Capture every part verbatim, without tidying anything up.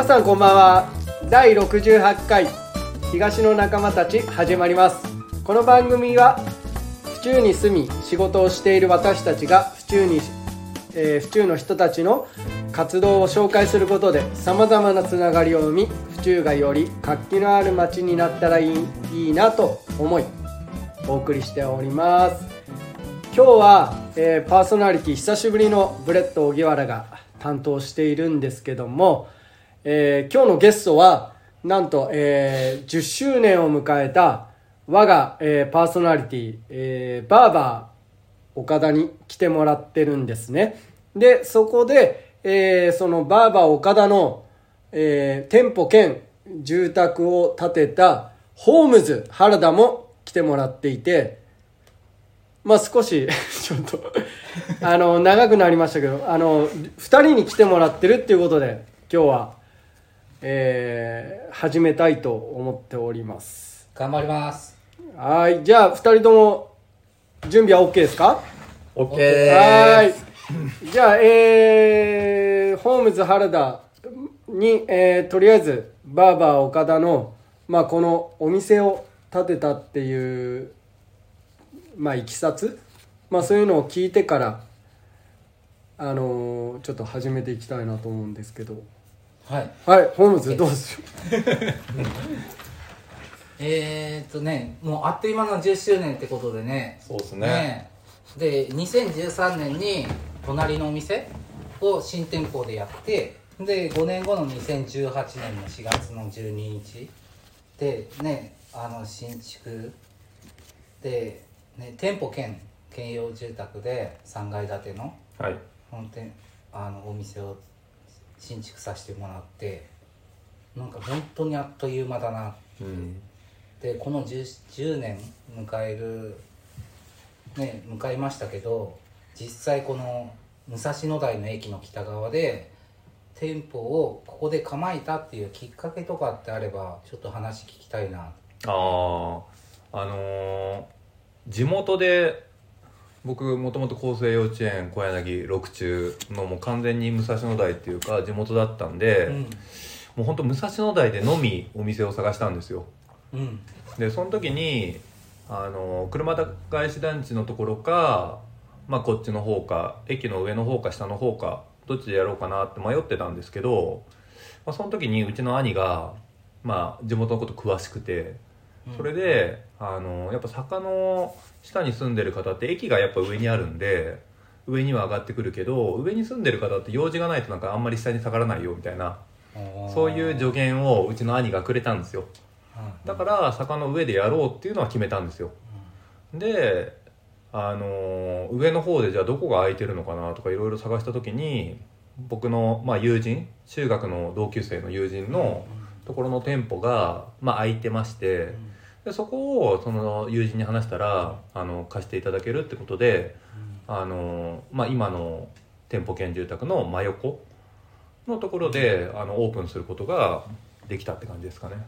さんこんばんは。だいろくじゅうはちかい東の仲間たち始まります。この番組は府中に住み仕事をしている私たちが府中に、えー、府中の人たちの活動を紹介することでさまざまなつながりを生み、府中がより活気のある街になったらいい、いいなと思いお送りしております。今日は、えー、パーソナリティ久しぶりのブレッド荻原が担当しているんですけども、えー、今日のゲストはなんと、えー、じゅっしゅうねんを迎えた我が、えー、パーソナリティ、えー、バーバー岡田に来てもらってるんですね。でそこで、えー、そのバーバー岡田の、えー、店舗兼住宅を建てたホームズ原田も来てもらっていて、まあ少しちょっとあの長くなりましたけど、あのふたりに来てもらってるっていうことで今日は、えー、始めたいと思っております。 頑張ります。 はい、じゃあふたりとも準備は OK ですか？ OK です。 はい、じゃあ、えー、ホームズ原田に、えー、とりあえずバーバー岡田の、まあ、このお店を建てたっていうまあいきさつ、まあそういうのを聞いてからあのー、ちょっと始めていきたいなと思うんですけど、 はいはいホームズどうしようえーっとねもうあっという間のじゅっしゅうねんってことでね。 そうですね。 ねでにせんじゅうさんねんに隣のお店を新店舗でやって、でごねんごのにせんじゅうはちねんのしがつのじゅうににちでね、あの新築で、ね、店舗兼兼用住宅でさんがい建てのはい。 本店あのお店を新築させてもらって、なんか本当にあっという間だな。 うん。 でこの 10, じゅうねん迎えるね迎えましたけど、実際この武蔵野台の駅の北側で店舗をここで構えたっていうきっかけとかってあればちょっと話聞きたいな。 ああ、あのー、地元で僕もともと厚生幼稚園小柳六中のもう完全に武蔵野台っていうか地元だったんで、うん、もう本当武蔵野台でのみお店を探したんですよ。うん、でその時にあの車返し団地のところか、まあ、こっちの方か駅の上の方か下の方かどっちでやろうかなって迷ってたんですけど、まあ、その時にうちの兄が、まあ、地元のこと詳しくて、それであのやっぱ坂の下に住んでる方って駅がやっぱ上にあるんで上には上がってくるけど、上に住んでる方って用事がないとなんかあんまり下に下がらないよみたいな、そういう助言をうちの兄がくれたんですよ。だから坂の上でやろうっていうのは決めたんですよ。であの上の方でじゃあどこが空いてるのかなとかいろいろ探した時に、僕の、まあ、友人中学の同級生の友人のところの店舗が、まあ、空いてまして、でそこをその友人に話したらあの貸していただけるってことで、あの、まあ、今の店舗兼住宅の真横のところであのオープンすることができたって感じですかね。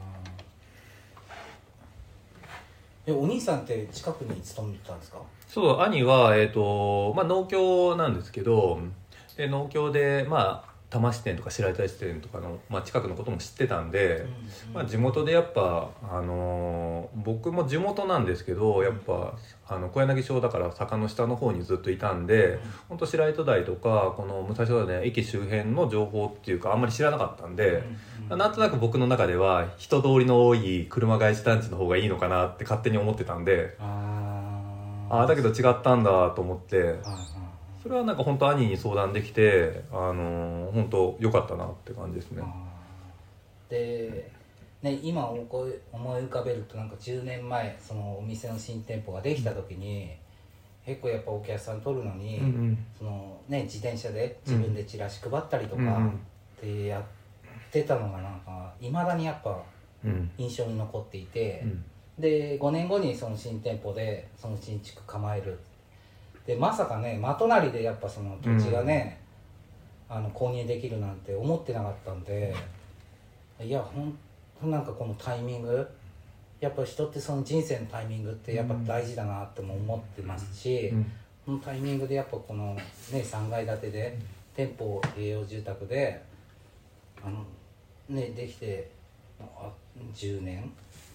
えお兄さんって近くに勤めてたんですか？ そう、兄は、えーとまあ、農協なんですけど、で農協で、まあ、多摩支店とか白板支店とかの、まあ、近くのことも知ってたんで、うんうんまあ、地元でやっぱ、あのー、僕も地元なんですけどやっぱあの小柳町だから坂の下の方にずっといたんで、うん、本当白糸台とかこの武蔵野台の駅周辺の情報っていうかあんまり知らなかったんで、うんうん、なんとなく僕の中では人通りの多い車返し団地の方がいいのかなって勝手に思ってたんで、ああだけど違ったんだと思って、それはなんか本当兄に相談できて、あのー、本当良かったなって感じですね。 で、ね、今思い浮かべるとなんかじゅうねんまえそのお店の新店舗ができた時に、うん、結構やっぱお客さん取るのに、うんうんそのね、自転車で自分でチラシ配ったりとかってやってたのがなんかいまだにやっぱ印象に残っていて、うん、でごねんごにその新店舗でその新築構えるで、まさかね真隣でやっぱその土地がね、うん、あの購入できるなんて思ってなかったんで、いやほんとなんかこのタイミングやっぱ人ってその人生のタイミングってやっぱ大事だなっても思ってますし、うん、このタイミングでやっぱこのねさんがい建てで店舗併用住宅であのねできてあじゅうね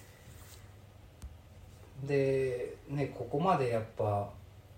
んでね、ここまでやっぱ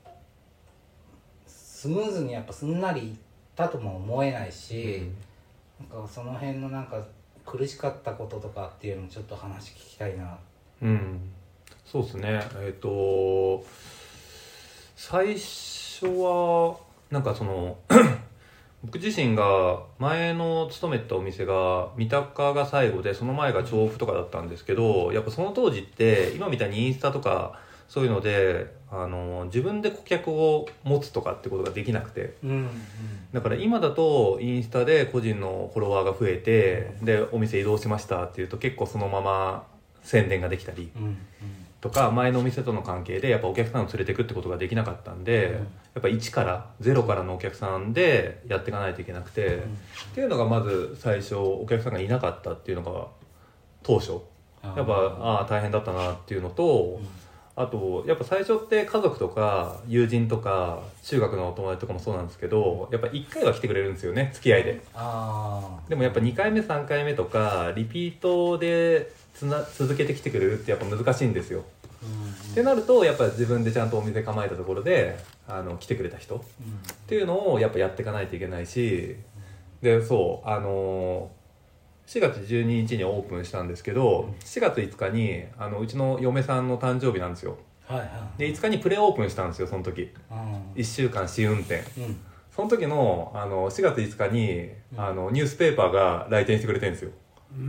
スムーズにやっぱすんなりいったとも思えないし、うん、なんかその辺のなんか苦しかったこととかっていうのもちょっと話聞きたいな。 うん、そうですね。えっと最初はなんかその僕自身が前の勤めたお店が三鷹が最後で、その前が調布とかだったんですけど、やっぱその当時って今みたいにインスタとかそういうのであの自分で顧客を持つとかってことができなくて、 うんうん、 だから今だとインスタで個人のフォロワーが増えて、でお店移動しましたっていうと結構そのまま宣伝ができたり、うんうん、とか前のお店との関係でやっぱお客さんを連れてくってことができなかったんで、うん、やっぱいちからゼロからのお客さんでやっていかないといけなくて、うん、っていうのがまず最初お客さんがいなかったっていうのが当初やっぱああ大変だったなっていうのと、うん、あとやっぱ最初って家族とか友人とか中学のお友達とかもそうなんですけど、やっぱいっかいは来てくれるんですよね、付き合いで。 あでもやっぱにかいめさんかいめとかリピートでつな続けてきてくれるってやっぱ難しいんですよ、うんうん、ってなるとやっぱ自分でちゃんとお店構えたところであの来てくれた人、うん、っていうのをやっぱやっていかないといけないし、でそうあのしがつじゅうににちにオープンしたんですけど、しがついつかにあのうちの嫁さんの誕生日なんですよ、 はいはい、 でいつかにプレオープンしたんですよ。その時、うん、いっしゅうかん試運転、うん、その時 の, あのしがついつかに、うん、あのニュースペーパーが来店してくれてるんですよ。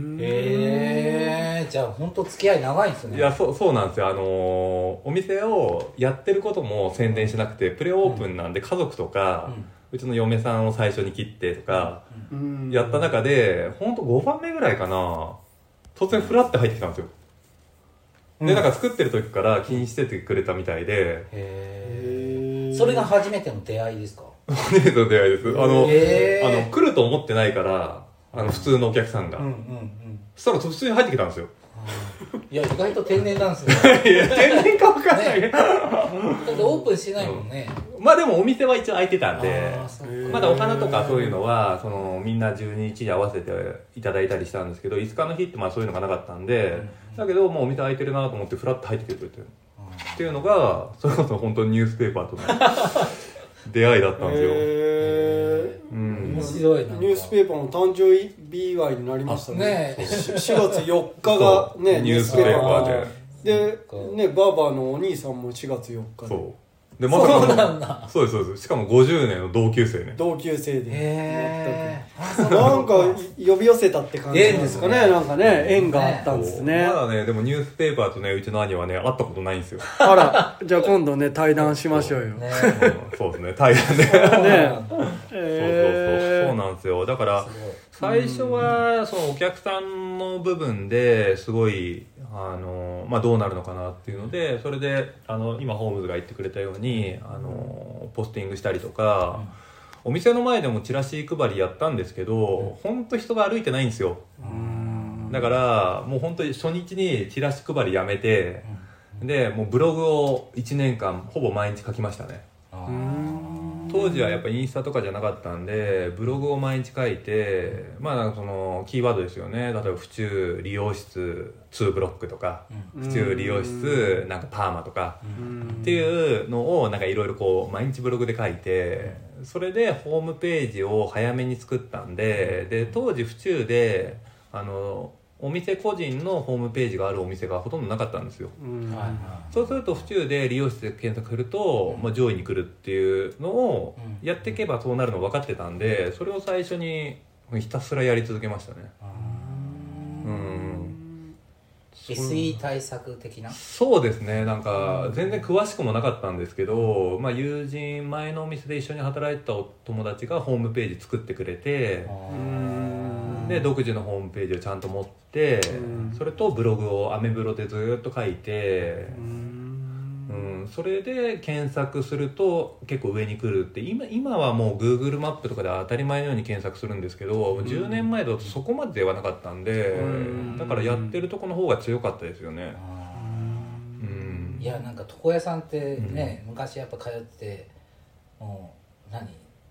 へえー、じゃあ本当付き合い長いんですね。 いや そ, そうなんですよ。あのお店をやってることも宣伝しなくて、プレオープンなんで家族とか、うん、うちの嫁さんを最初に切ってとかやった中で、本当ごばんめぐらいかな、突然フラッて入ってきたんですよ、うん、でなんか作ってる時から気にしててくれたみたいで、 へえ。それが初めての出会いですか？ 初めての出会いです。あのあの来ると思ってないから、あの普通のお客さんが、うんうんうん、そしたら普通に入ってきたんですよ。 いや意外と天然なんですね。 いや天然か分かんないけど、ね、 だってオープンしないもんね、 うん、まあでもお店は一応開いてたんで、まだお花とかそういうのはそのみんなじゅうににちに合わせていただいたりしたんですけど、いつかの日ってまあそういうのがなかったんで、うん、だけどもうお店開いてるなと思ってフラッと入ってきてくれてる、うん、っていうのがそれこそ本当にニュースペーパーとの出会いだったんですよ。 へー、うん、 面白いな。 ニュースペーパーの誕生日祝いになりましたね。ねしがつよっかがねニュースペーパーで、 でねバーバーのお兄さんもしがつよっかで、 そうでまさかのそうなんだ。そうですそうです。しかもごじゅうねんの同級生ね。 同級生で。 へー。なんか呼び寄せたって感じですかね。なんかね縁があったんですね。 まだねでもニュースペーパーとねうちの兄はね会ったことないんですよ。 あら、じゃあ今度ね対談しましょうよ。 ね、そうですね対談で。ね。そうそうそうそうなんですよ。だから最初はそのお客さんの部分ですごいあの、まあ、どうなるのかなっていうので、それであの今ホームズが言ってくれたようにあのポスティングしたりとか、うん、お店の前でもチラシ配りやったんですけど、うん、本当人が歩いてないんですよ。うんだからもう本当に初日にチラシ配りやめて、うん、でもうブログをいちねんかんほぼ毎日書きましたね。当時はやっぱインスタとかじゃなかったんでブログを毎日書いて、まあなんかそのキーワードですよね。例えば府中理容室にブロックとか、うん、府中理容室なんかパーマとか、うん、っていうのをなんかいろいろこう毎日ブログで書いて、それでホームページを早めに作ったんで、で当時府中であのお店個人のホームページがあるお店がほとんどなかったんですよ、うんはいはい、そうすると府中で理容室で検索すると、うんまあ、上位に来るっていうのをやっていけばそうなるの分かってたんで、それを最初にひたすらやり続けましたね。うんエスイー 対策的な。 そうですね。なんか全然詳しくもなかったんですけど、まあ、友人前のお店で一緒に働いてたお友達がホームページ作ってくれて、で独自のホームページをちゃんと持って、うん、それとブログをアメブロでずっと書いて、うんうん、それで検索すると結構上に来るって。 今, 今はもう Google マップとかで当たり前のように検索するんですけど、うん、じゅうねんまえだとそこまでではなかったんで、うん、だからやってるとこの方が強かったですよね。 うん、いやなんか床屋さんってね、うん、昔やっぱ通ってもう何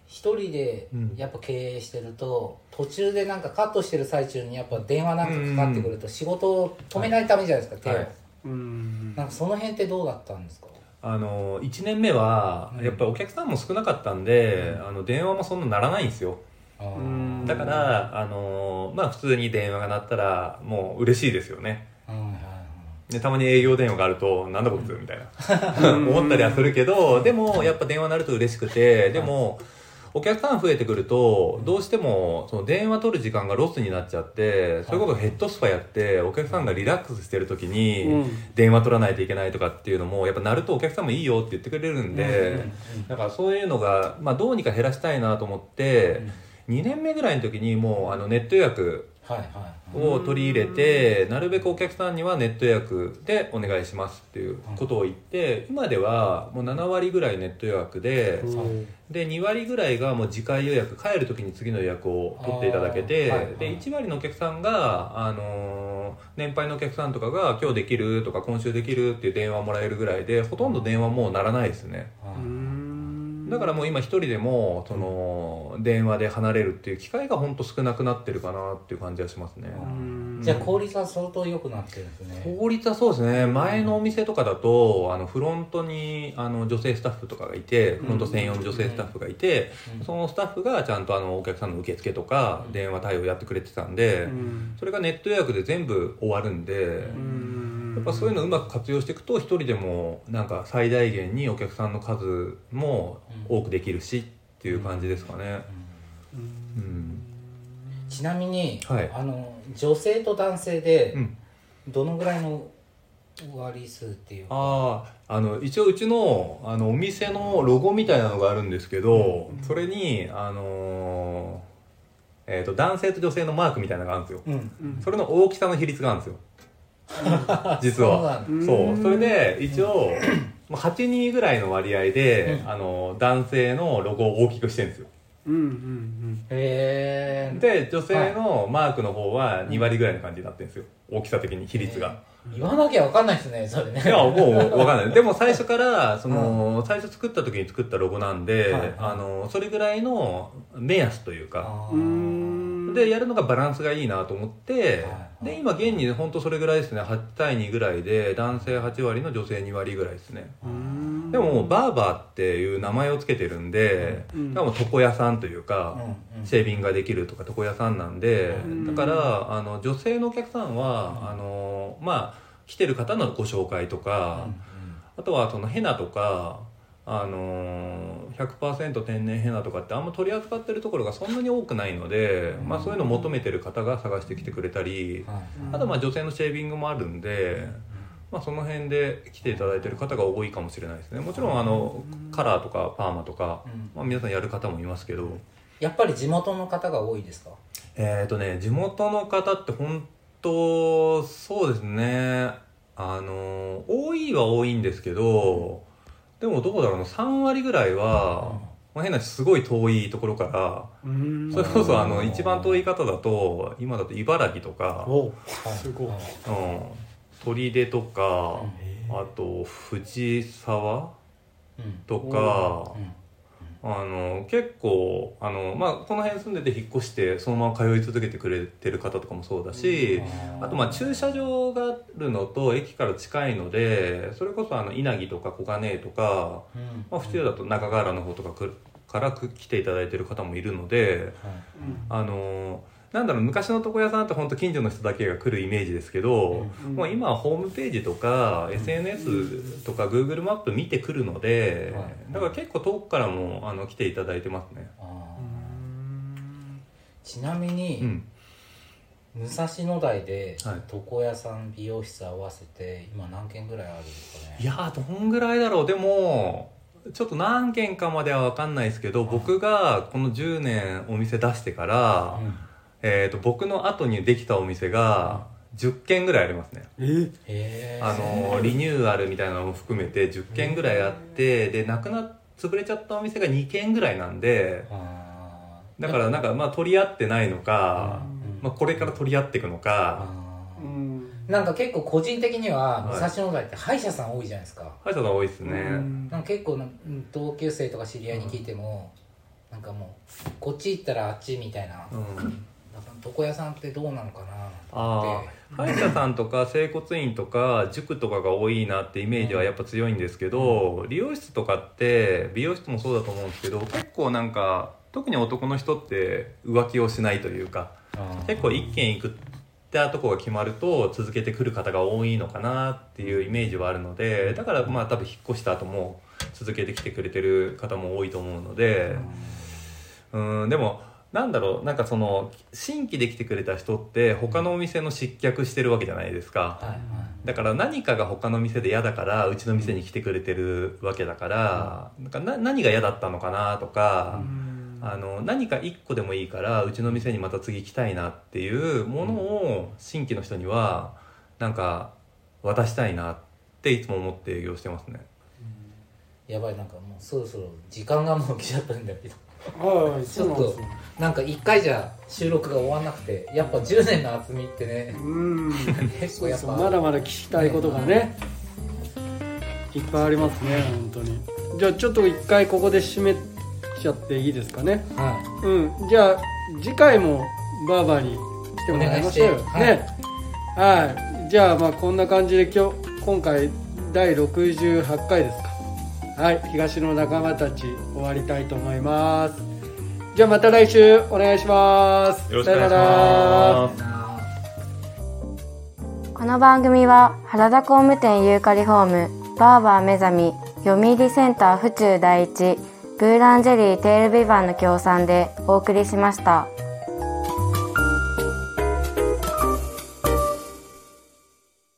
一人でやっぱ経営してると、途中でなんかカットしてる最中にやっぱ電話なんかかかってくると仕事を止めないためじゃないですか、手を、はい、うんなんかその辺ってどうだったんですか？ あのいちねんめはやっぱりお客さんも少なかったんで、うん、あの電話もそんな鳴らないんですよ。うんだからあの、まあ、普通に電話が鳴ったらもう嬉しいですよね、うんでたまに営業電話があるとなんだこいつみたいな思ったりはするけど、でもやっぱ電話鳴ると嬉しくて、でもお客さん増えてくるとどうしてもその電話取る時間がロスになっちゃって、それこそヘッドスパやってお客さんがリラックスしてる時に電話取らないといけないとかっていうのもやっぱ鳴るとお客さんもいいよって言ってくれるんで、だからそういうのがまあどうにか減らしたいなと思ってにねんめぐらいの時にもうあのネット予約を取り入れて、なるべくお客さんにはネット予約でお願いしますっていうことを言って、今ではもうななわりぐらいネット予約で、でにわりぐらいがもう次回予約、帰る時に次の予約を取っていただけて、でいちわりのお客さんが、あのー、年配のお客さんとかが今日できるとか今週できるっていう電話もらえるぐらいで、ほとんど電話もう鳴らないですね。だからもう今一人でもその電話で離れるっていう機会が本当少なくなってるかなっていう感じはしますね。 じゃあ効率は相当良くなってるんですね。 効率はそうですね。前のお店とかだとあのフロントにあの女性スタッフとかがいて、フロント専用の女性スタッフがいて、そのスタッフがちゃんとあのお客さんの受付とか電話対応やってくれてたんで、それがネット予約で全部終わるんで、やっぱそういうのをうまく活用していくと一人でもなんか最大限にお客さんの数も多くできるしっていう感じですかね。 うんうん、ちなみに、はい、あの女性と男性でどのぐらいの割数っていうか、 ああの一応うち の, あのお店のロゴみたいなのがあるんですけど、うん、それにあのーえー、と男性と女性のマークみたいなのがあるんですよ、うんうん、それの大きさの比率があるんですよ実は。そうそうそれで一応はちにぐらいの割合で、うん、あの男性のロゴを大きくしてるんですよ。うんうんうん、へー。で女性のマークの方はにわりぐらいの感じになってるんですよ、大きさ的に比率が。 言わなきゃ分かんないですねそれね。 いやもう分かんない。でも最初からその、うん、最初作った時に作ったロゴなんで、はい、あのそれぐらいの目安というかでやるのがバランスがいいなと思って、はい、で今現に本当それぐらいですね。はちたいにぐらいで男性はちわりの女性にわりぐらいですね。でももうバーバーっていう名前をつけてるんで、うん、もう床屋さんというか、うん、シェービングができるとか床屋さんなんで、うん、だからあの女性のお客さんは、うん、あのまあ来てる方のご紹介とか、うん、あとはそのヘナとかあの ひゃくパーセント 天然ヘナとかってあんま取り扱ってるところがそんなに多くないので、うんまあ、そういうのを求めてる方が探してきてくれたり、うん、あとまあ女性のシェービングもあるんで、まあ、その辺で来ていただいてる方が多いかもしれないですね。もちろんあのカラーとかパーマとか、まあ、皆さんやる方もいますけど。 やっぱり地元の方が多いですか？ えーとね地元の方って本当そうですね、あの多いは多いんですけど、でもどうだろうなさんわりぐらいは、まあ、変なすごい遠いところから、それこそあの一番遠い方だと今だと茨城とか、すごい、うん、取手とか、あと藤沢とか、あの結構あの、まあ、この辺住んでて引っ越してそのまま通い続けてくれてる方とかもそうだし、あとまあ駐車場があるのと駅から近いので、それこそあの稲城とか小金井とか、まあ、府中だと中川原の方とかくから来ていただいてる方もいるので、あのなんだろう昔の床屋さんって本当近所の人だけが来るイメージですけど、うん、もう今はホームページとか、うん、エスエヌエス とか Google マップ見てくるので、うん、だから結構遠くからもあの来ていただいてますね。あちなみに、うん、武蔵野台で床屋さん美容室合わせて今何軒ぐらいあるんですかね？ いやどんぐらいだろう。でもちょっと何軒かまでは分かんないですけど、僕がこのじゅうねんお店出してから、うんえー、と僕の後にできたお店がじゅっけんぐらいありますね。えー、あのリニューアルみたいなのも含めてじゅっけんぐらいあって、でなくな潰れちゃったお店がにけんぐらいなんで、だからなんかまあ取り合ってないのか、まあ、これから取り合っていくのか。 なんか結構個人的には武蔵野台って歯医者さん多いじゃないですか。 歯医者さん多いですね。 なんか結構同級生とか知り合いに聞いても、 なんかもうこっち行ったらあっちみたいな、 うん、 だから床屋さんってどうなのかなとあ思ってあ、歯医者さんとか整骨院とか塾とかが多いなってイメージはやっぱ強いんですけど、理容室とかって美容室もそうだと思うんですけど、結構なんか特に男の人って浮気をしないというか、結構一軒行くったとこが決まると続けてくる方が多いのかなっていうイメージはあるので、だからまあ多分引っ越した後も続けてきてくれてる方も多いと思うので、うん、でもなんだろう、なんかその新規で来てくれた人って他のお店の失脚してるわけじゃないですか、はいはい、だから何かが他の店で嫌だからうちの店に来てくれてるわけだから、うん、なんかな何が嫌だったのかなとか、うんあの何か一個でもいいからうちの店にまた次来たいなっていうものを新規の人にはなんか渡したいなっていつも思って営業してますね。 うん、やばい、なんかもうそろそろ時間がもう来ちゃったんだけどはい、 ちょっとなんかいっかいじゃ収録が終わんなくて、やっぱじゅうねんの厚みってね、うん結構やっぱそうそうまだまだ聞きたいことがね、ねいっぱいありますね本当に。じゃあちょっといっかいここで締めしちゃっていいですかね。はい、うん、じゃあ次回もバーバーに来てもらいましょうよ、はい、ね。はい、じゃあまあこんな感じで今日今回だいろくじゅうはちかいですか。はい、東の仲間たち終わりたいと思います。じゃあまた来週お願いします。 よろしくお願いします。 この番組は原田工務店ユーカリホーム、バーバー目覚み、読売センター府中第一、ブーランジェリーテールビバンの協賛でお送りしました。